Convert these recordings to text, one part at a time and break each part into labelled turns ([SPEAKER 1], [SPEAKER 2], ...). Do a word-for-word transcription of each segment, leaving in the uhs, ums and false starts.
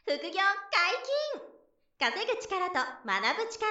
[SPEAKER 1] 副業解禁。稼ぐ力と学ぶ力。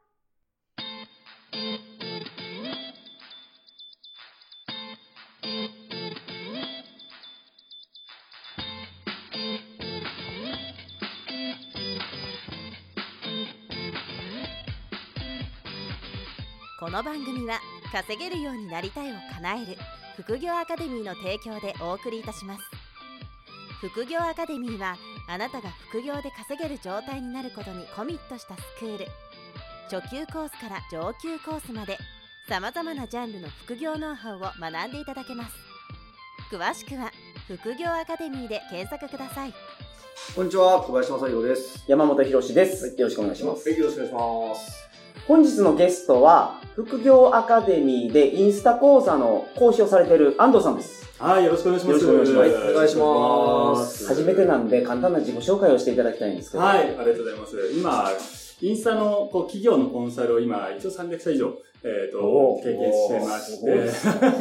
[SPEAKER 1] この番組は稼げるようになりたいを叶える副業アカデミーの提供でお送りいたします。副業アカデミーはあなたが副業で稼げる状態になることにコミットしたスクール。初級コースから上級コースまでさまざまなジャンルの副業ノウハウを学んでいただけます。詳しくは副業アカデミーで検索ください。
[SPEAKER 2] こんにちは、小林正弘です。
[SPEAKER 3] 山本博史です、はい、よろしくお願いします。
[SPEAKER 2] はい、よろしくお願いします。
[SPEAKER 3] 本日のゲストは副業アカデミーでインスタ講座の講師をされている安藤さんです。
[SPEAKER 4] はい、よろしくお願いします。
[SPEAKER 3] よろしくお願いし
[SPEAKER 2] ます。お願いします。
[SPEAKER 3] 初めてなんで簡単な自己紹介をしていただきたいんですけど。
[SPEAKER 4] はい、ありがとうございます。今、インスタのこう企業のコンサルを今、一応さんびゃく社以上、えっと、経験してまして。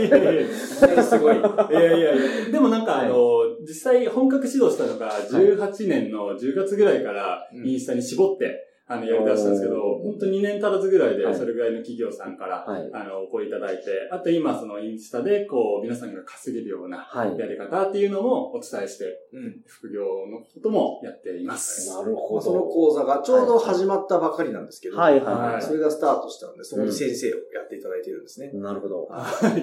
[SPEAKER 4] いやいや、すごい。いやいやいや、でもなんか、はい、あの、実際本格指導したのがじゅうはちねんのじゅうがつぐらいからインスタに絞って、あの、やり出したんですけど、本当にねん足らずぐらいで、それぐらいの企業さんから、はい、あの、お声いただいて、あと今、そのインスタで、こう、皆さんが稼げるような、やり方っていうのもお伝えして、はい、副業のこともやっています。
[SPEAKER 2] なるほど。その講座がちょうど始まったばかりなんですけど、はいはいはい、それがスタートしたので、そこに先生をやっていただいているんですね。
[SPEAKER 3] うん、なるほど。はい、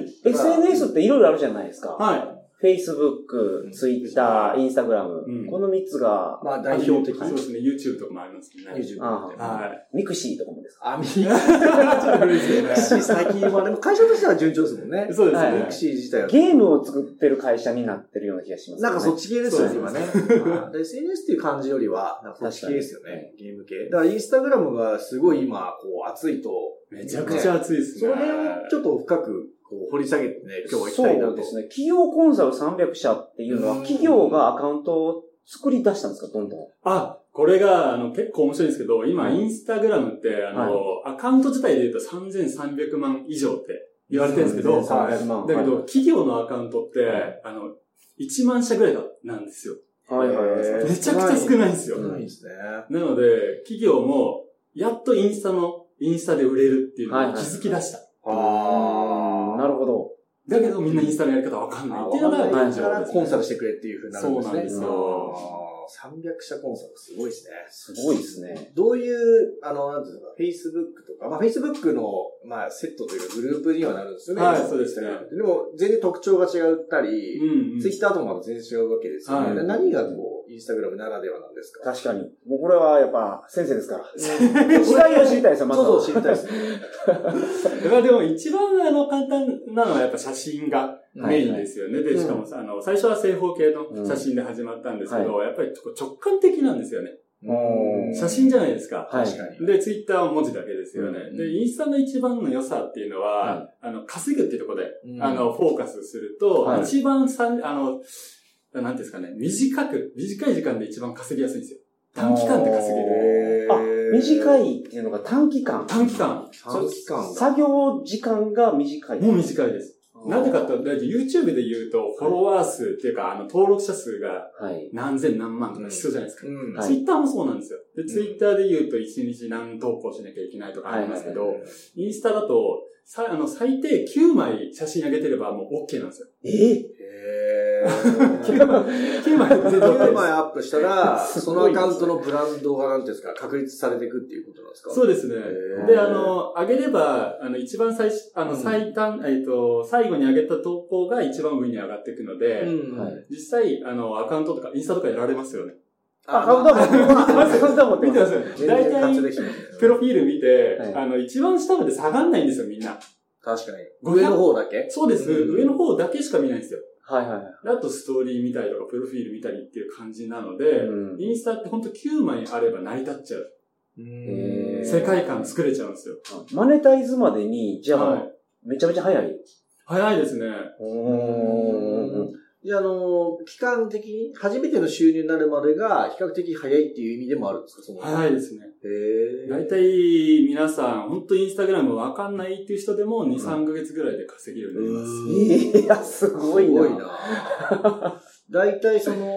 [SPEAKER 3] エスエヌエス っていろいろあるじゃないですか。はい。Facebook、Twitter、Instagram、うん、このみっつが、
[SPEAKER 2] まあ代表的。
[SPEAKER 4] そうですね、YouTube とかもありますね。
[SPEAKER 2] YouTube。
[SPEAKER 3] はい。ミクシーとかもですか？
[SPEAKER 2] あ、ミクシー。ちょっと古いですよね。ミクシー最近は、でも会社としては順調ですもんね。
[SPEAKER 4] そうですね。
[SPEAKER 2] ミクシー自体は。
[SPEAKER 3] ゲームを作ってる会社になってるような気がしますね。
[SPEAKER 2] なんかそっち系ですよね、今ね。エスエヌエス っていう感じよりは、なんかそっち系ですよね。ゲーム系。だからインスタグラムがすごい今、こう、熱いと。
[SPEAKER 4] めちゃくちゃ熱いですね。
[SPEAKER 2] その辺をちょっと深く、こう掘り下げてね、今日は行きたいなと。
[SPEAKER 3] そうですね。企業コンサルさんびゃく社っていうのは、企業がアカウントを作り出したんですか、どんどん。
[SPEAKER 4] あ、これが、あの、結構面白いんですけど、今、インスタグラムって、あの、はい、アカウント自体で言うとさんぜんさんびゃくまん以上って言われてるんですけど、
[SPEAKER 3] さんぜんさんびゃくまん。
[SPEAKER 4] だけど、企業のアカウントって、はい、あの、いちまん社ぐらいなんですよ。
[SPEAKER 3] はいはいはい。
[SPEAKER 4] めちゃくちゃ少ないんですよ。
[SPEAKER 2] 少ないですね。
[SPEAKER 4] なので、企業も、やっとインスタの、インスタで売れるっていうのを気づき出した。
[SPEAKER 3] はいはい、ああ、なるほど。
[SPEAKER 4] だけどみんなインスタのやり方わかんないっていうのが現状です、ね。
[SPEAKER 2] コンサルしてくれっていう風になるんですね。
[SPEAKER 4] そうなんですよ。
[SPEAKER 2] さんびゃく社コンサルすごいですね。
[SPEAKER 3] すごいですね。
[SPEAKER 2] どういう、あの、なんていうのか、Facebook とか、まあ Facebook の、まあセットというかグループにはなるんですよね。
[SPEAKER 4] はい、そうですね。
[SPEAKER 2] でも全然特徴が違ったり、うんうん、Twitter とかも全然違うわけですよね。はい、何がこう、インスタグラムならではなんですか？
[SPEAKER 3] 確かに。もうこれはやっぱ先生ですから。違いを知りたいですよ、まずは。
[SPEAKER 2] そうそう、知りたいですね。
[SPEAKER 4] まあでも一番あの簡単なのはやっぱ写真がメインですよね。はいはい、で、しかも、うん、あの、最初は正方形の写真で始まったんですけど、うんはい、やっぱり直感的なんですよね。写真じゃないですか。
[SPEAKER 2] 確かに。
[SPEAKER 4] で、ツイッターは文字だけですよね。うん、で、インスタの一番の良さっていうのは、はい、あの、稼ぐっていうところで、うん、あの、フォーカスすると、はい、一番さ、あの、なんですかね、短く、短い時間で一番稼ぎやすいんですよ。短期間で稼げる。
[SPEAKER 3] あ、短いっていうのが短期間。
[SPEAKER 4] 短期間。
[SPEAKER 2] 短期間。
[SPEAKER 3] 作業時間が短い。
[SPEAKER 4] もう短いです。なぜかというと、YouTube で言うと、フォロワー数っていうか、あの、登録者数が何千何万とか必要じゃないですか。うんうん、Twitter もそうなんですよ。で、Twitter で言うといちにち何投稿しなきゃいけないとかありますけど、インスタだと、さ、あの、最低きゅうまい写真上げてればもう OK なんですよ。
[SPEAKER 3] えー、
[SPEAKER 4] えー、きゅうまい、きゅうまい全然 OK です。
[SPEAKER 2] きゅうまいアップしたら、そのアカウントのブランドがなんていうんですか、確立されていくっていうことなんですか？
[SPEAKER 4] そうですね。で、あの、上げれば、あの、一番最初、あの、最短、えっと、最後に上げた投稿が一番上に上がっていくので、うんはい、実際、あの、アカウントとかインスタとかやられますよね。
[SPEAKER 3] アカウントは持ってます。アカウントは持って
[SPEAKER 4] ます。見てますよ。大体、プロフィール見て、はい、あの、一番下まで下がんないんですよ、みんな。
[SPEAKER 2] 確かに。上の方だけ？
[SPEAKER 4] そうです、うん。上の方だけしか見ないんですよ。
[SPEAKER 3] はいはい。
[SPEAKER 4] あとストーリー見たりとか、プロフィール見たりっていう感じなので、うん、インスタってほんときゅうまいあれば成り立っちゃう。へー世界観作れちゃうんですよ。
[SPEAKER 3] マネタイズまでに、じゃあ、はい、めちゃめちゃ早い？
[SPEAKER 4] 早いですね。
[SPEAKER 2] うーん。じゃあ、あの、期間的に、初めての収入になるまでが比較的早いっていう意味でもあるんですか？その
[SPEAKER 4] 早いですね。
[SPEAKER 2] へー。
[SPEAKER 4] だいたい皆さん、本当インスタグラムわかんないっていう人でもに、さんかげつぐらいで稼げるようになります。
[SPEAKER 3] いや、すごいな。
[SPEAKER 2] すごいな。だいたいその、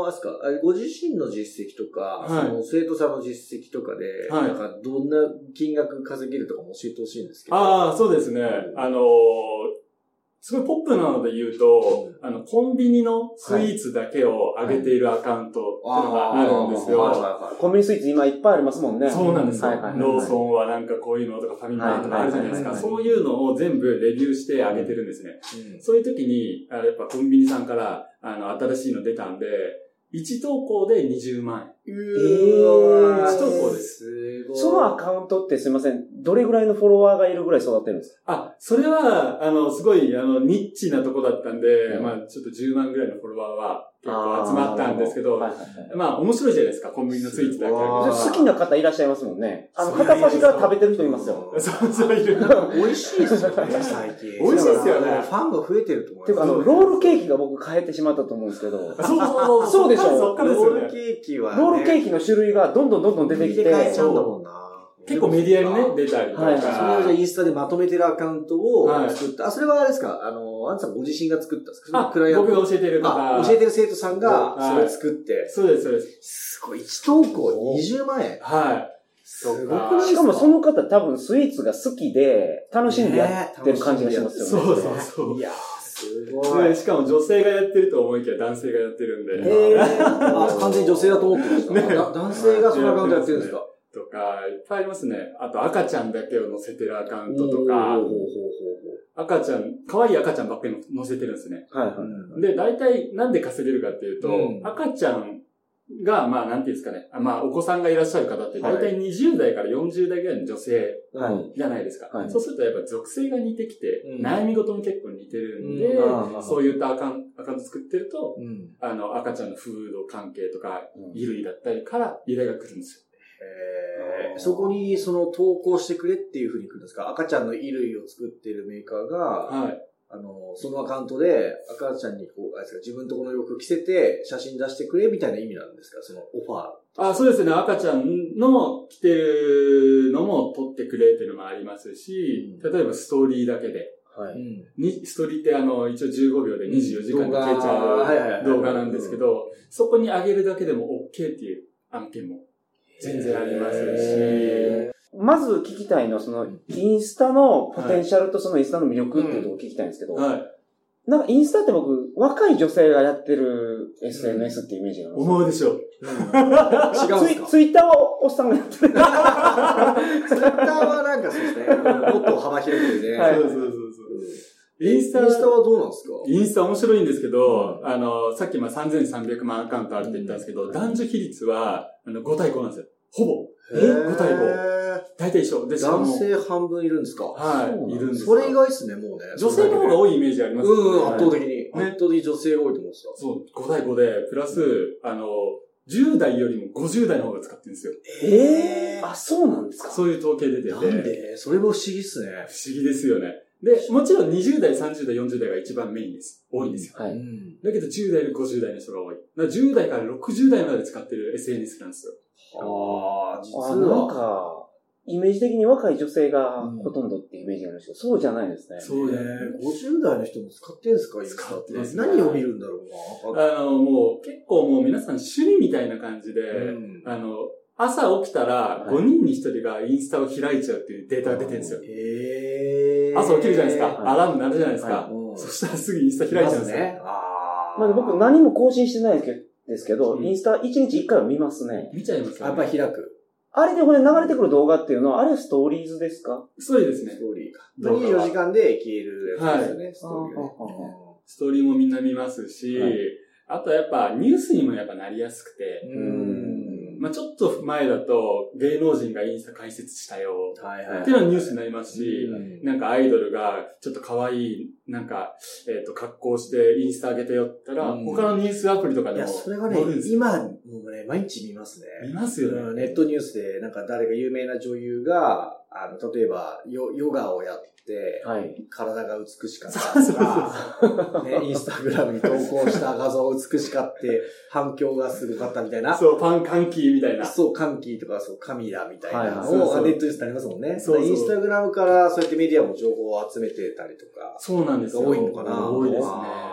[SPEAKER 2] の、あれですか、ご自身の実績とか、はい、その生徒さんの実績とかで、はい、なんかどんな金額稼げるとかも教えてほしいんですけど。
[SPEAKER 4] ああ、そうですね。あのー、すごいポップなので言うと、うん、あの、コンビニのスイーツだけを上げているアカウントっていうのがあるんですよ。
[SPEAKER 3] コンビニスイーツ今いっぱいありますもんね。
[SPEAKER 4] そうなんですよ。はいはいはい、ローソンはなんかこういうのとかファミマとかあるじゃないですか。はいはいはいはい、そういうのを全部レビューして上げてるんですね。うん、そういう時に、あやっぱコンビニさんから、あの、新しいの出たんで、いち投稿でにじゅうまんえん。えー、いち投稿です。
[SPEAKER 3] すごい。そのアカウントってすいません、どれぐらいのフォロワーがいるぐらい育ってるんですか？
[SPEAKER 4] あ、それは、あの、すごい、あの、ニッチなとこだったんで、うん、まあちょっとじゅうまんぐらいのフォロワーは結構集まったんですけど、はいはいはい、まあ面白いじゃないですか、コンビニのスイーツだけ。
[SPEAKER 3] 好きな方いらっしゃいますもんね。あの、片っ端から食べてる人いますよ。
[SPEAKER 4] そうそういる。
[SPEAKER 2] 美味しいですよね、最近。
[SPEAKER 4] 美味しいですよね。
[SPEAKER 2] ファンが増えてると思います。
[SPEAKER 3] ていうか、あの、ロールケーキが僕変えてしまったと思うんですけど。
[SPEAKER 4] そうそうそう。
[SPEAKER 3] そうでしょ。
[SPEAKER 2] ロールケーキは、ね、
[SPEAKER 3] ロールケーキの種類がどんどんどんどん出てきて。
[SPEAKER 2] 変えちゃうんだもんな。
[SPEAKER 4] 結構メディアにね、出たりとか。はい。それを
[SPEAKER 2] じゃあインスタでまとめてるアカウントを作った。はい、あ、それはあれですかあの、アンさんご自身が作ったんですか？
[SPEAKER 4] あ、クライアント。僕が教えてる方。
[SPEAKER 2] 教えてる生徒さんが、それ作って、はい。
[SPEAKER 4] そうです、そうです。
[SPEAKER 2] すごい。いち投稿にじゅうまんえん。
[SPEAKER 4] はい。
[SPEAKER 2] すごくないですか？
[SPEAKER 3] しかもその方多分スイーツが好きで、楽しんでやってる感じがしますよね。
[SPEAKER 4] そうそうそう。
[SPEAKER 2] いやすごい。
[SPEAKER 4] しかも女性がやってると思いきや男性がやってるんで。
[SPEAKER 2] へー。あ、完全に女性だと思ってました。ね、男性がそのアカウントやってるんですか？
[SPEAKER 4] とか、いっぱいありますね。あと赤ちゃんだけを載せてるアカウントとか、赤ちゃん、可愛い赤ちゃんばっかり載せてるんですね。はいはい。で、大体なんで稼げるかっていうと、うん、赤ちゃんが、まあ、なんていうんですかね。まあ、お子さんがいらっしゃる方って、大体にじゅう代からよんじゅう代ぐらいの女性じゃないですか。はいはい、そうするとやっぱ属性が似てきて、うん、悩み事も結構似てるんで、うん、そういったアカウント、アカウント作ってると、うん、あの、赤ちゃんのフード関係とか、衣類だったりから依頼が来るんですよ。
[SPEAKER 2] えー、そこにその投稿してくれっていう風に来るんですか？赤ちゃんの衣類を作っているメーカーが、はい。あの、そのアカウントで赤ちゃんにこう、あれですか、自分とこの洋服着せて写真出してくれみたいな意味なんですか？そのオファー。
[SPEAKER 4] あ、そうですね。赤ちゃんの着てるのも撮ってくれっていうのもありますし、うん、例えばストーリーだけで。はい。に、ストーリーってあの、一応じゅうごびょうでにじゅうよじかんで消えちゃう動画なんですけど、そこに上げるだけでも OK っていう案件も全然ありますし。
[SPEAKER 3] まず聞きたいのは、その、インスタのポテンシャルとそのインスタの魅力っていうところを聞きたいんですけど、はい。なんかインスタって僕、若い女性がやってる エスエヌエス ってイメージがあるんですよ。
[SPEAKER 4] 思うでしょ。うん、
[SPEAKER 3] 違うんですか？ツイッターはおっさんがやってる。ツイッタ
[SPEAKER 2] ーはなんかそうですね、もっと幅広くてね。はい、そうそうそうそう。インスタ、インスタはどうなんですか？
[SPEAKER 4] インスタ面白いんですけど、うん、あの、さっきまあさんぜんさんびゃくまんアカウントあるって言ったんですけど、うん、男女比率はあのご対ごなんですよ。ほぼ。え ?ご対ご。大体一緒。で、
[SPEAKER 2] 男性半分いるんですか？
[SPEAKER 4] はい。いるんです。
[SPEAKER 2] それ意外ですね、もうね。
[SPEAKER 4] 女性の方が多いイメージあります
[SPEAKER 2] よね。うん、圧倒的に。ね、圧倒的に女性が多いと思うんですよ。
[SPEAKER 4] そう、ご対ごで、プラス、あの、じゅう代よりもごじゅう代の方が使ってるんですよ。
[SPEAKER 3] ええー。あ、そうなんですか？
[SPEAKER 4] そういう統計出てて。
[SPEAKER 2] なんでそれも不思議っすね。
[SPEAKER 4] 不思議ですよね。で、もちろんにじゅう代、さんじゅう代、よんじゅう代が一番メインです。多いんですよ。はい。だけどじゅう代よりごじゅう代の人が多い。だからじゅう代からろくじゅう代まで使ってる エスエヌエス なんですよ。
[SPEAKER 3] ああ、実は。なんか、イメージ的に若い女性がほとんどってイメージがあるんですけど、そうじゃないですね。
[SPEAKER 2] そうね。ごじゅう代の人も使ってるんですか？
[SPEAKER 4] 使って
[SPEAKER 2] ます、ね。何を見るんだろ
[SPEAKER 4] うな。あの、もう、結構もう皆さん趣味みたいな感じで、うん、あの、朝起きたらごにんにひとりがインスタを開いちゃうっていうデータが出てるんですよ。へー。朝起きるじゃないですか。はい、アラーム鳴るじゃないですか。はい、そしたらすぐインスタ開いちゃうんですよ。ね、
[SPEAKER 3] あまあ、僕何も更新してないですけど、うん、インスタいちにちいっかいは見ますね。
[SPEAKER 4] 見ちゃいます
[SPEAKER 2] ね。やっぱり開く。
[SPEAKER 3] あれでこれ流れてくる動画っていうのは、あれはストーリーズですか？
[SPEAKER 4] そうですね。
[SPEAKER 2] ストーリーか。にじゅうよじかんで消えるやつですよね、はい、ストーリー、ね。
[SPEAKER 4] ストーリーもみんな見ますし、はい、あとはやっぱニュースにもやっぱなりやすくて、うんまあちょっと前だと芸能人がインスタ開設したよっていうのはニュースになりますし、なんかアイドルがちょっと可愛いなんかえっと格好してインスタ上げてよったら、他のニュースアプリとかでも
[SPEAKER 2] いやそれがね今もうね毎日見ますね。
[SPEAKER 4] 見ますよね。
[SPEAKER 2] ネットニュースでなんか誰か有名な女優があの例えばヨヨガをやってはい、体が美しかったとか、ね、インスタグラムに投稿した画像美しかって反響がすごかったみたいな。
[SPEAKER 4] そう、ファンカンキーみたいな。
[SPEAKER 2] そう、カンキーとか、そう、カミラみたいなのをネットニュースになりますもんね。そうそうインスタグラムからそうやってメディアも情報を集めてたりとか。
[SPEAKER 4] そうなんですよ。
[SPEAKER 2] 多いのかな。
[SPEAKER 4] 多いですね。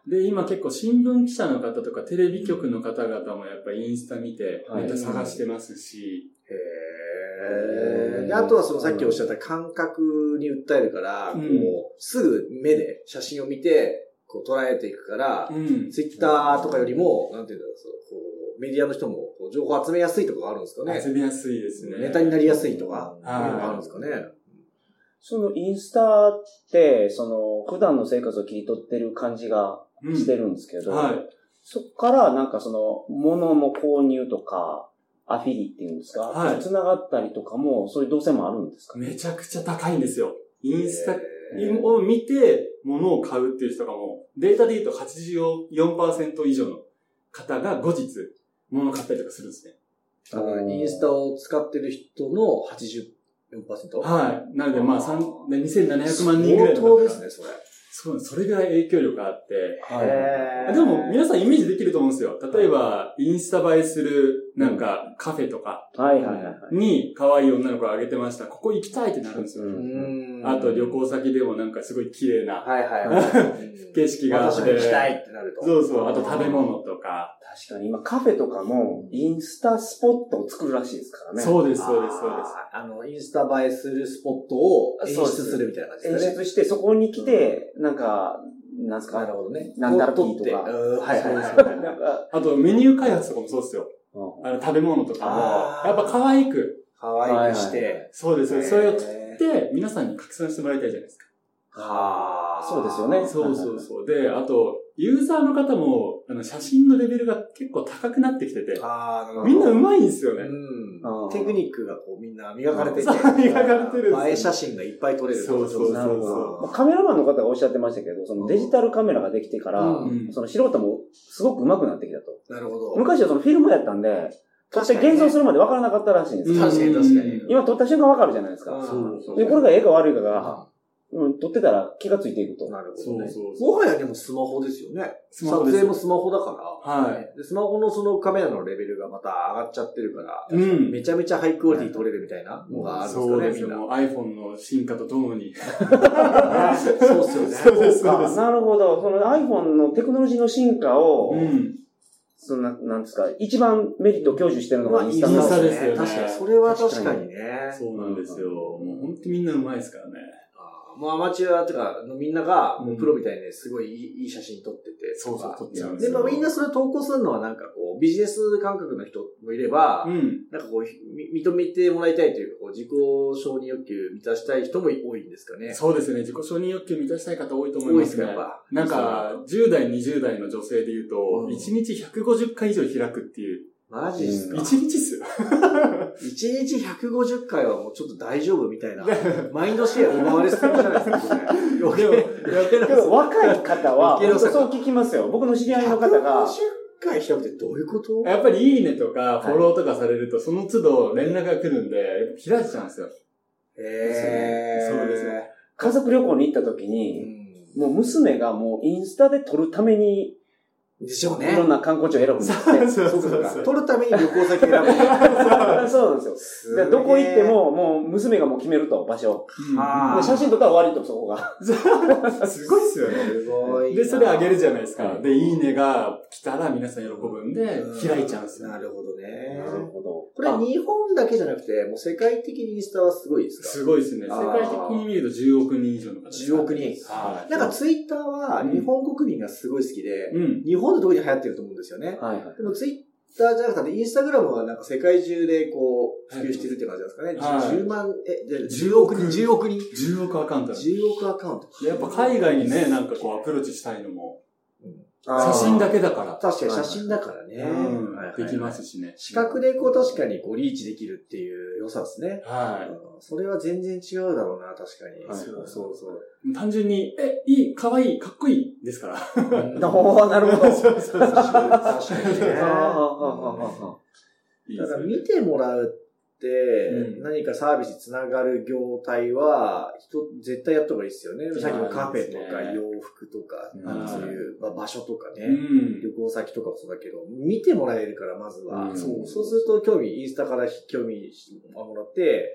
[SPEAKER 4] で、今結構新聞記者の方とかテレビ局の方々もやっぱりインスタ見てネタ探してますし。
[SPEAKER 2] へー。で、あとはそのさっきおっしゃった感覚に訴えるから、うん、こう、すぐ目で写真を見て、こう捉えていくから、うん、ツイッターとかよりも、なんていうんだろう、こうメディアの人もこう情報集めやすいとかがあるんですかね。
[SPEAKER 4] 集めやすいですね。
[SPEAKER 2] ネタになりやすいとか、あるんですかね。
[SPEAKER 3] そのインスタって、その普段の生活を切り取ってる感じがしてるんですけど、うんはい、そこからなんかその物の購入とか、アフィリっていうんですか、はい、繋がったりとかも、そういう動線もあるんですか？
[SPEAKER 4] めちゃくちゃ高いんですよ。インスタを見て物を買うっていう人がもう、データで言うと はちじゅうよんパーセント 以上の方が後日物を買ったりとかするんですね。
[SPEAKER 2] だからインスタを使ってる人の はちじゅうよんパーセント？
[SPEAKER 4] はい。なのでまあにせんななひゃくまんにんぐらいの
[SPEAKER 2] 相当ですね、それ。
[SPEAKER 4] そう、それぐらい影響力があって。
[SPEAKER 2] はい。
[SPEAKER 4] でも皆さんイメージできると思うんですよ。例えば、インスタ映えするなんかカフェとかに可愛い女の子をあげてました。ここ行きたいってなるんですよ。あと旅行先でもなんかすごい綺麗な景色があって。
[SPEAKER 2] 私も行きたいってなると。
[SPEAKER 4] そうそう。あと食べ物とか。
[SPEAKER 3] 確かに今カフェとかもインスタスポットを作るらしいですからね。
[SPEAKER 4] そうです、そうです、そうです。
[SPEAKER 2] あの、インスタ映えするスポットを演出するみたいな感じですね。
[SPEAKER 3] 演出してそこに来て、なんか、なんすか、
[SPEAKER 2] なるほどね。
[SPEAKER 3] なんたらピーとか。
[SPEAKER 2] はいはいはい。
[SPEAKER 4] なんか、あとメニュー開発とかもそうですよ。あの食べ物とかも、やっぱ可愛く。
[SPEAKER 2] 可愛くして。
[SPEAKER 4] そうです。それを撮って皆さんに拡散してもらいたいじゃないですか。
[SPEAKER 3] はあ、そうですよね。
[SPEAKER 4] そうそうそう。で、あと、ユーザーの方も、あの、写真のレベルが結構高くなってきてて、あみんな上手いんですよね。
[SPEAKER 2] うん。テクニックがこうみんな磨かれてて、
[SPEAKER 4] 磨かれてる。
[SPEAKER 2] 映え写真がいっぱい撮れる。
[SPEAKER 4] そうそうそう
[SPEAKER 3] そう。カメラマンの方がおっしゃってましたけど、そのデジタルカメラができてから、うん、その素人もすごく上手くなってきたと。
[SPEAKER 2] なるほど。
[SPEAKER 3] 昔はそのフィルムやったんで、そして現像するまで分からなかったらしいんです。
[SPEAKER 2] 確かに確かに。
[SPEAKER 3] 今撮った瞬間分かるじゃないですか。そうそう。で、これがええか悪いかが、うん、撮ってたら気がついていくと。
[SPEAKER 2] なるほど、ね。そうそうそう。もはやでもスマホですよね。スマホ撮影もスマホだから。はい。で、スマホのそのカメラのレベルがまた上がっちゃってるから、うん、めちゃめちゃハイクオリティ撮れるみたいなのがあるんですかね、
[SPEAKER 4] そうですよ。みんな。iPhone の進化とともに。
[SPEAKER 2] そうですよね。
[SPEAKER 3] そうです、そうです。なるほど。その iPhone のテクノロジーの進化を、うん、そんな、なんですか、一番メリットを享受してるのがインスタ
[SPEAKER 4] ですよね。
[SPEAKER 2] 確かに。それは確かにね。
[SPEAKER 4] そうなんですよ。もう本当みんな上手いですからね。
[SPEAKER 2] もうアマチュアとかのみんなが、もうプロみたいにすごいいい写真撮ってて。
[SPEAKER 4] そうそう、撮っちゃうん
[SPEAKER 2] ですよ。で、まあみんなそれ投稿するのはなんかこう、ビジネス感覚の人もいれば、うん、なんかこう、認めてもらいたいというか、こう、自己承認欲求満たしたい人も多いんですかね。
[SPEAKER 4] そうですね。自己承認欲求満たしたい方多いと思いますね。多いですか、やっぱ。なんか、じゅう代、にじゅう代の女性で言うと、いちにちひゃくごじゅっかい以上開くっていう。
[SPEAKER 2] マジっすか？
[SPEAKER 4] いちにちっすよ。
[SPEAKER 2] いちにちひゃくごじゅっかいはもうちょっと大丈夫みたいな。マインドシェア奪われすぎじゃないですか、これ。余計、
[SPEAKER 3] 余計な。けど若い方は、そう聞きますよ。僕の知り合いの方が。ひゃくごじゅっ
[SPEAKER 2] かい開くってどういうこと？
[SPEAKER 4] やっぱりいいねとか、フォローとかされると、その都度連絡が来るんで、開いちゃうんですよ。
[SPEAKER 2] へー。
[SPEAKER 4] そうですね。
[SPEAKER 3] 家族旅行に行った時に、もう娘がもうインスタで撮るために、
[SPEAKER 2] でしょうね。
[SPEAKER 3] いろんな観光地を選ぶんですね。
[SPEAKER 2] そうそうそうそう。撮るために旅行先選ぶ。
[SPEAKER 3] そうなんですよ。どこ行っても、もう娘がもう決めると、場所。で写真撮ったら終わりと、そこが。
[SPEAKER 4] すごいっすよね。すごい。で、それあげるじゃないですか。で、いいねが来たら皆さん喜ぶんで、開いちゃうんですよ。
[SPEAKER 2] なるほどね。
[SPEAKER 3] なるほど。
[SPEAKER 2] これ日本だけじゃなくて、もう世界的にインスタはすごいですか？
[SPEAKER 4] すごいですね。世界的に見るとじゅうおくにん以上の方。
[SPEAKER 2] じゅうおくにん。はい。なんかツイッターは日本国民がすごい好きで、日本で特に流行ってると思うんですよね。はい。でもツイッターじゃなくて、インスタグラムはなんか世界中でこう、普及してるって感じなんですかね。はい、じゅうまん、え、じゅうおくにん、じゅうおくにん ?
[SPEAKER 4] じゅうおくアカウント。
[SPEAKER 2] じゅうおくアカウント。
[SPEAKER 4] やっぱ海外にね、なんかこうアプローチしたいのも、写真だけだから。
[SPEAKER 2] 確かに写真だからね。
[SPEAKER 4] うん。できますしね。
[SPEAKER 2] 視覚でこう確かにこうリーチできるっていう良さですね。はい。それは全然違うだろうな、確かに。
[SPEAKER 4] そうそうそう。単純に、え、いい、かわいい、かっこいいですから。
[SPEAKER 3] おー、なるほど。そうそうそう。確か
[SPEAKER 2] にね。ただ見てもらうって、何かサービスにつながる業態は、人、絶対やった方がいいですよね。さっきのカフェとか洋服とか、そういう場所とかね、旅行先とかもそうだけど、見てもらえるから、まずは。そうすると興味、インスタから興味もらって、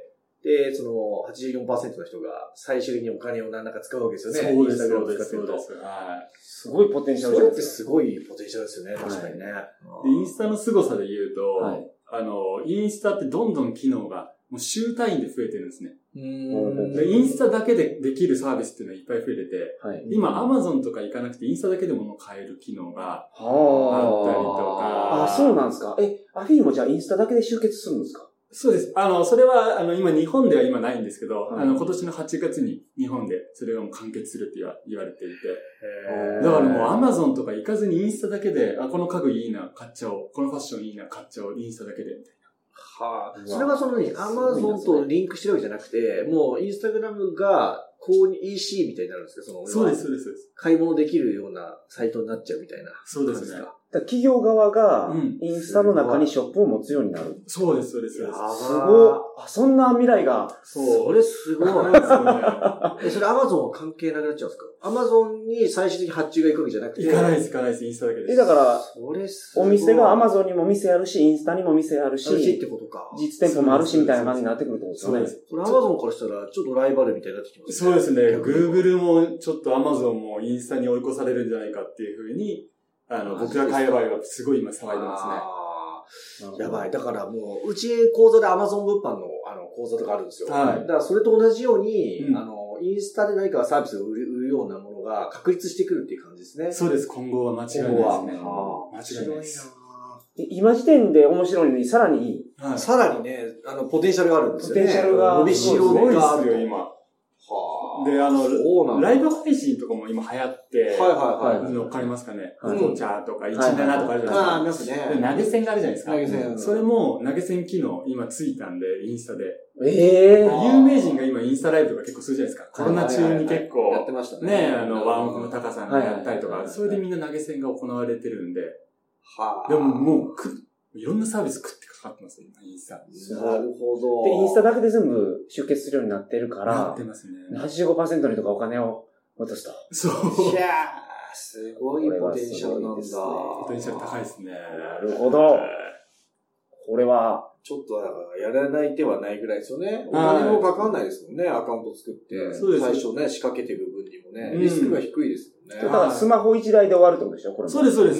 [SPEAKER 2] で、その はちじゅうよんパーセント の人が最終的にお金を何らか使うわけですよね。
[SPEAKER 4] そうです、そうです、
[SPEAKER 2] そうです。
[SPEAKER 4] はい。
[SPEAKER 3] すごいポテンシャル
[SPEAKER 2] それってすごいポテンシャルですよね、確かにね。
[SPEAKER 4] で、インスタの凄さで言うと、はい、あの、インスタってどんどん機能がもう週単位で増えてるんですね。うんでインスタだけでできるサービスっていうのはいっぱい増えてて、はい、今 Amazon とか行かなくてインスタだけで物を買える機能があったりとか。
[SPEAKER 3] あ、そうなんですか。え、アフィリもじゃあインスタだけで集結するんですか？
[SPEAKER 4] そうです。あの、それは、あの、今日本では今ないんですけど、はい、あの、今年のはちがつに日本でそれがもう完結するって言わ言われていて。だからもう Amazon とか行かずにインスタだけで、あ、この家具いいな、買っちゃおう。このファッションいいな、買っちゃおう。インスタだけで、みたいな。
[SPEAKER 2] はあ、それはそのね、アマゾンとリンクしてるわけじゃなくて、もうインスタグラムが購入 イーシー みたいになるんですか？その
[SPEAKER 4] そうです、そうです、そうです。
[SPEAKER 2] 買い物できるようなサイトになっちゃうみたいな。
[SPEAKER 4] そうですね。
[SPEAKER 3] 企業側がインスタの中にショップを持つようになる。
[SPEAKER 4] そうです、そうです。す
[SPEAKER 3] ごい。あ、そんな未来が。
[SPEAKER 2] そう。それすごいですよね。え、それ Amazon は関係なくなっちゃうんですか？ Amazon に最終的に発注が行くわけじゃなくて。
[SPEAKER 4] 行かないです、行かないです。インスタだけです。
[SPEAKER 3] え、だから、
[SPEAKER 2] それすごい。
[SPEAKER 3] お店が Amazon にも店あるし、インスタにも店あるし、
[SPEAKER 2] ってことか。
[SPEAKER 3] 実店舗もあるしみたいな感じになってくるってことですよね。そうです。
[SPEAKER 2] これ Amazon からしたらちょっとライバルみたいになってきます
[SPEAKER 4] ね。そうですね。Google もちょっと Amazon もインスタに追い越されるんじゃないかっていうふうに、あの、僕が買えばはすごい今騒いでます
[SPEAKER 2] ね。やばい。だからもう、うち講座で Amazon 物販のあの講座とかあるんですよ。はい。だからそれと同じように、うん、あの、インスタで何かサービスを売る、売るようなものが確立してくるっていう感じですね。
[SPEAKER 4] そうです。今後は間違いないですね。間違いないです。
[SPEAKER 3] 今時点で面白いのにさらにいい。
[SPEAKER 2] はい、さらにね、あの、ポテンシャルがあるんですよね。
[SPEAKER 3] ポテンシャルが。
[SPEAKER 2] 伸びしろがあるよ、
[SPEAKER 4] 今。はあ。で、あの、ライブ配信とかも今流行って、はいはいはい。わかりますかね。コチャーとかいちななとかあるじゃないですか。ああ、ありますね。投げ銭があるじゃないですか。投げ銭。それも投げ銭機能今ついたんで、インスタで。ええー。有名人が今インスタライブとか結構するじゃないですか。コロナ中に結構。やってましたね。ね、あの、ワンオクのタカさんがやったりとか、それでみんな投げ銭が行われてるんで。はあ。でももう、く、いろんなサービス食ってかかってますね、インスタ。
[SPEAKER 2] なるほど。
[SPEAKER 3] で、インスタだけで全部集結するようになってるから、
[SPEAKER 4] なってますね。
[SPEAKER 3] はちじゅうごパーセント にとかお金を落とすと。
[SPEAKER 2] そう。いやー、すごいポテンシャルなんだ。
[SPEAKER 4] ポテンシャル高いですね。
[SPEAKER 3] なるほど。これは、
[SPEAKER 2] ちょっとだからやらない手はないぐらいですよね。お金もかかんないですもんね、アカウント作って。そうです。最初ね、仕掛けていく分にもね、リスクが低いですもんね。
[SPEAKER 3] だからスマホ一台で終わるってことでしょ、これも。
[SPEAKER 4] そうです、そうです。
[SPEAKER 2] うん、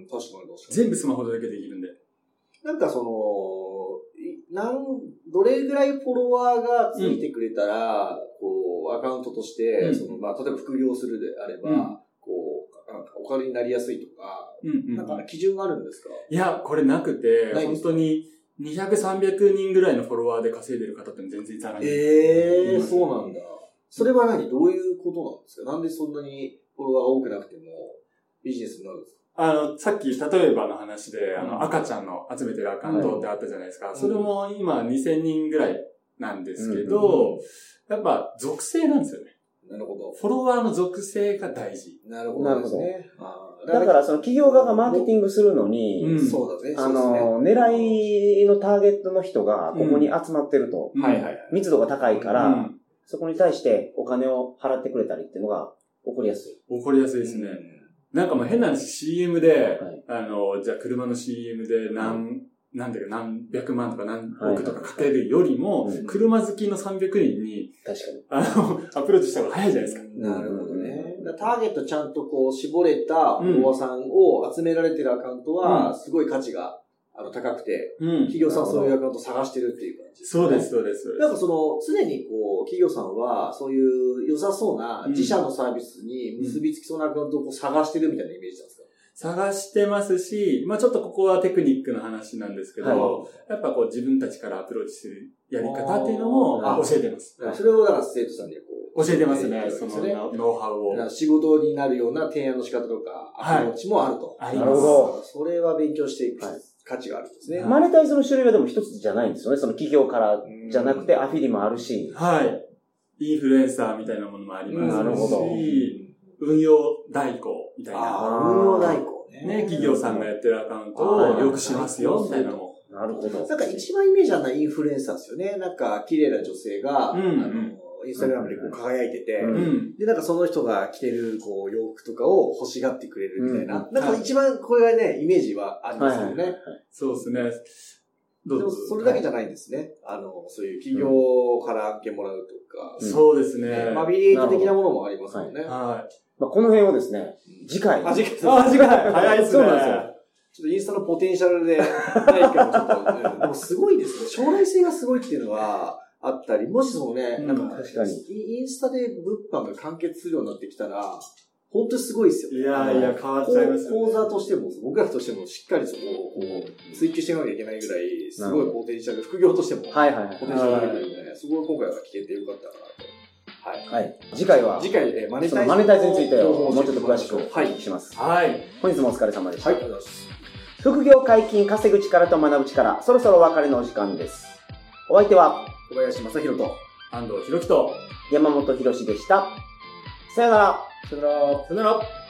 [SPEAKER 2] 確かに確かに。
[SPEAKER 4] 全部スマホだけできるんで。
[SPEAKER 2] なんかその、なん、どれぐらいフォロワーがついてくれたら、うん、こう、アカウントとして、うん、その、まあ、例えば副業するであれば、うん、こう、なんかお金になりやすいとか、うんうん、なんか基準があるんですか？
[SPEAKER 4] いや、これなくて、本当ににひゃく、さんびゃくにんぐらいのフォロワーで稼いでる方って全然いたない。
[SPEAKER 2] ええー、そうなんだ。それは何？どういうことなんですか？なんでそんなにフォロワーが多くなくてもビジネスになるんですか？
[SPEAKER 4] あの、さっき、例えばの話で、あの、赤ちゃんの集めてるアカウントってあったじゃないですか。はい、それも今にせんにんぐらいなんですけど、うん、やっぱ属性なんですよね。
[SPEAKER 2] なるほど。
[SPEAKER 4] フォロワーの属性が大事。
[SPEAKER 2] なるほどですね。
[SPEAKER 3] だから、その企業側がマーケティングするのに、うん、そうだね。あの、狙いのターゲットの人がここに集まってると、うんはいはいはい、密度が高いから、うん、そこに対してお金を払ってくれたりっていうのが起こりやすい。
[SPEAKER 4] 起こりやすいですね。うんなんかもう変な話 シーエム で、はい、あの、じゃあ車の シーエム で何、はい、なんていうか何百万とか何億とかかけるよりも、はいはいはい、車好きのさんびゃくにんに、
[SPEAKER 3] 確かに。
[SPEAKER 4] あの、アプローチした方が早いじゃないですか。
[SPEAKER 2] なるほどね。ターゲットちゃんとこう絞れたフォロワーさんを集められてるアカウントは、すごい価値が、あの、高くて、うん、企業さんはそういうアカウントを探してるっていう感じですね。
[SPEAKER 4] そうです、そうです。
[SPEAKER 2] なんかその、常にこう、企業さんは、そういう良さそうな自社のサービスに結びつきそうなアカウントをこう探してるみたいなイメージなんですか？
[SPEAKER 4] 探してますし、まあちょっとここはテクニックの話なんですけど、はい、やっぱこう自分たちからアプローチするやり方っていうのも教えてます。
[SPEAKER 2] それをだから生徒さんにこ
[SPEAKER 4] う、教えてますね、そのノウハウを。
[SPEAKER 2] 仕事になるような提案の仕方とか、アプローチもあると。
[SPEAKER 3] はい、なるほど。
[SPEAKER 2] それは勉強していく。はい価値があるんですね。
[SPEAKER 3] マネタイズの種類はでも一つじゃないんですよね。その企業からじゃなくてアフィリもあるし。
[SPEAKER 4] はい。インフルエンサーみたいなものもありますし。
[SPEAKER 3] なるほど。
[SPEAKER 4] 運用代行みたいな。
[SPEAKER 2] あ運用代行ね。
[SPEAKER 4] ね、企業さんがやってるアカウントをよくしますよ、みたいなのも。
[SPEAKER 2] なるほど。なんか一番イメージあるのはインフルエンサーですよね。なんか綺麗な女性が、うん、あの、インスタグラムでこう輝いてて、うん、で、なんかその人が着てるこう洋服とかを欲しがってくれるみたいな。うん、なんか一番これがね、イメージはありますよね。はいはいはい、
[SPEAKER 4] そうですね。
[SPEAKER 2] でもそれだけじゃないんですね。はい、あの、そういう企業から案件もらうとか。
[SPEAKER 4] うん、そうですね。
[SPEAKER 2] まあ、アフィリエイト的なものもありますもんね。はい。
[SPEAKER 3] はい、まあ、この辺をですね、次回。
[SPEAKER 2] あ、次回。
[SPEAKER 4] あ、次回。早いですね。
[SPEAKER 3] そうなんですよ。
[SPEAKER 2] ちょっとインスタのポテンシャルで、ないけど、ちょっと、でもすごいですね。将来性がすごいっていうのはあったり、もしそのね、
[SPEAKER 3] うん、
[SPEAKER 2] なんか、
[SPEAKER 3] 確かに。
[SPEAKER 2] インスタで物販が完結するようになってきたら、本当にすごいですよね。
[SPEAKER 4] いやいや、変わっちゃいますよね。
[SPEAKER 2] 講座としても、僕らとしてもしっかりそこをこう追求していかなきゃいけないぐらい、すごいポテンシャル、副業としても、
[SPEAKER 3] はいはいはい。
[SPEAKER 2] ポテンシャルがあるので、すごい今回は聞けてよかったかなと。
[SPEAKER 3] はい。はい。次回は、
[SPEAKER 2] 次回、えー、マネタイズ。
[SPEAKER 3] マネタイズについてをもうちょっと詳しくお聞きします。
[SPEAKER 4] はい。
[SPEAKER 3] 本日もお疲れ様でした。
[SPEAKER 2] はい、ありがとうございます。
[SPEAKER 3] 副業解禁、稼ぐ力と学ぶ力、そろそろお別れのお時間です。お相手は、
[SPEAKER 2] 小林正宏と、
[SPEAKER 4] 安藤博樹と、
[SPEAKER 3] 山本博史でした。さよなら。
[SPEAKER 2] さよなら。
[SPEAKER 4] さよなら。